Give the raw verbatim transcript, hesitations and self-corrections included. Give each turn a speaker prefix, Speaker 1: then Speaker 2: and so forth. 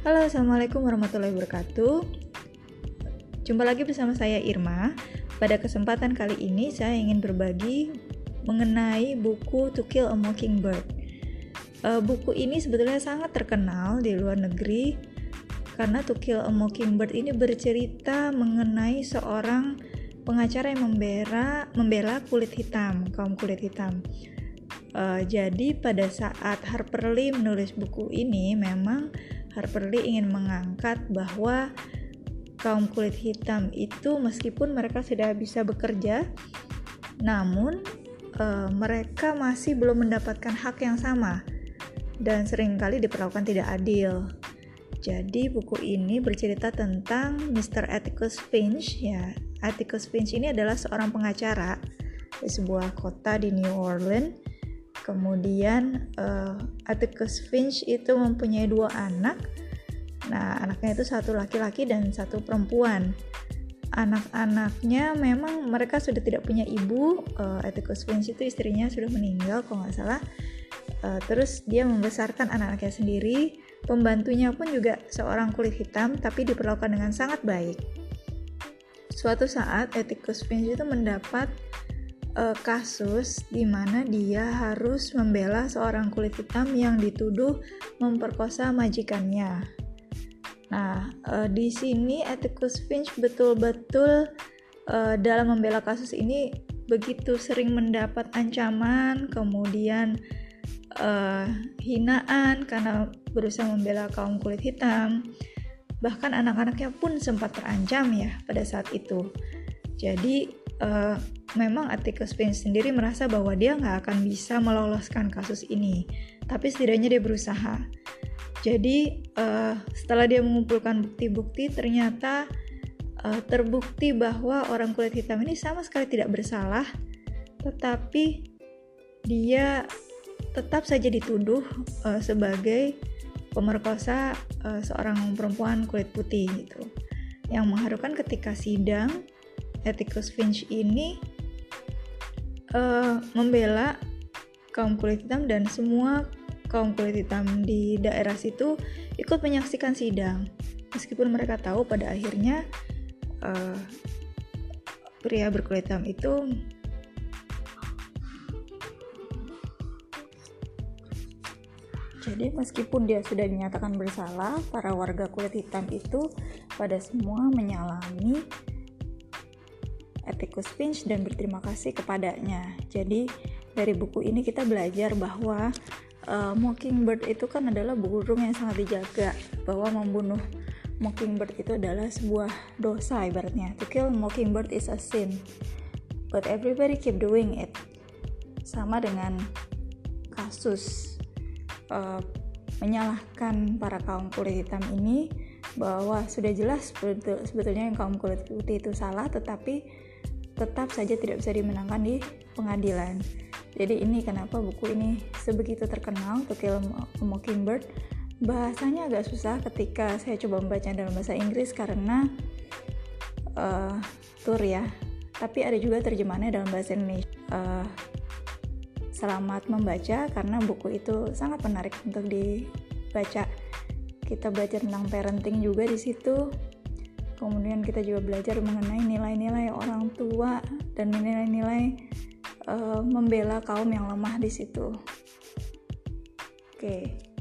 Speaker 1: Halo, Assalamualaikum warahmatullahi wabarakatuh. Jumpa lagi bersama saya Irma. Pada kesempatan kali ini saya ingin berbagi mengenai buku To Kill a Mockingbird. uh, Buku ini sebetulnya sangat terkenal di luar negeri karena To Kill a Mockingbird ini bercerita mengenai seorang pengacara yang membela, membela kulit hitam, kaum kulit hitam. Uh, jadi pada saat Harper Lee menulis buku ini, memang Harper Lee ingin mengangkat bahwa kaum kulit hitam itu meskipun mereka sudah bisa bekerja, namun uh, mereka masih belum mendapatkan hak yang sama dan seringkali diperlakukan tidak adil. Jadi buku ini bercerita tentang mister Atticus Finch. Ya, Atticus Finch ini adalah seorang pengacara di sebuah kota di New Orleans. Kemudian uh, Atticus Finch itu mempunyai dua anak. Nah, anaknya itu satu laki-laki dan satu perempuan. Anak-anaknya memang mereka sudah tidak punya ibu. uh, Atticus Finch itu istrinya sudah meninggal kalau nggak salah. Uh, terus dia membesarkan anak-anaknya sendiri. Pembantunya pun juga seorang kulit hitam, tapi diperlakukan dengan sangat baik. Suatu saat Atticus Finch itu mendapat Uh, kasus di mana dia harus membela seorang kulit hitam yang dituduh memperkosa majikannya. Nah, uh, di sini Atticus Finch betul-betul uh, dalam membela kasus ini begitu sering mendapat ancaman, kemudian uh, hinaan karena berusaha membela kaum kulit hitam. Bahkan anak-anaknya pun sempat terancam ya pada saat itu. Jadi Uh, memang Atticus Finch sendiri merasa bahwa dia nggak akan bisa meloloskan kasus ini, tapi setidaknya dia berusaha. Jadi uh, setelah dia mengumpulkan bukti-bukti, ternyata uh, terbukti bahwa orang kulit hitam ini sama sekali tidak bersalah, tetapi dia tetap saja dituduh uh, sebagai pemerkosa uh, seorang perempuan kulit putih gitu. Yang mengharukan ketika sidang, Atticus Finch ini uh, membela kaum kulit hitam dan semua kaum kulit hitam di daerah situ ikut menyaksikan sidang. Meskipun mereka tahu pada akhirnya uh, pria berkulit hitam itu Jadi meskipun dia sudah dinyatakan bersalah, para warga kulit hitam itu pada semua menyalami Atticus Finch dan berterima kasih kepadanya. Jadi dari buku ini kita belajar bahwa uh, Mockingbird itu kan adalah burung yang sangat dijaga, bahwa membunuh Mockingbird itu adalah sebuah dosa ibaratnya. To kill Mockingbird is a sin, but everybody keep doing it. Sama dengan kasus uh, menyalahkan para kaum kulit hitam ini, bahwa sudah jelas sebetulnya yang kaum kulit putih itu salah, tetapi tetap saja tidak bisa dimenangkan di pengadilan. Jadi ini kenapa buku ini sebegitu terkenal, To Kill a Mockingbird. Bahasanya agak susah ketika saya coba membacanya dalam bahasa Inggris karena uh, tur ya. Tapi ada juga terjemahannya dalam bahasa Indonesia. Uh, selamat membaca karena buku itu sangat menarik untuk dibaca. Kita belajar tentang parenting juga di situ. Kemudian kita juga belajar mengenai nilai-nilai orang tua dan nilai-nilai uh, membela kaum yang lemah di situ. Oke.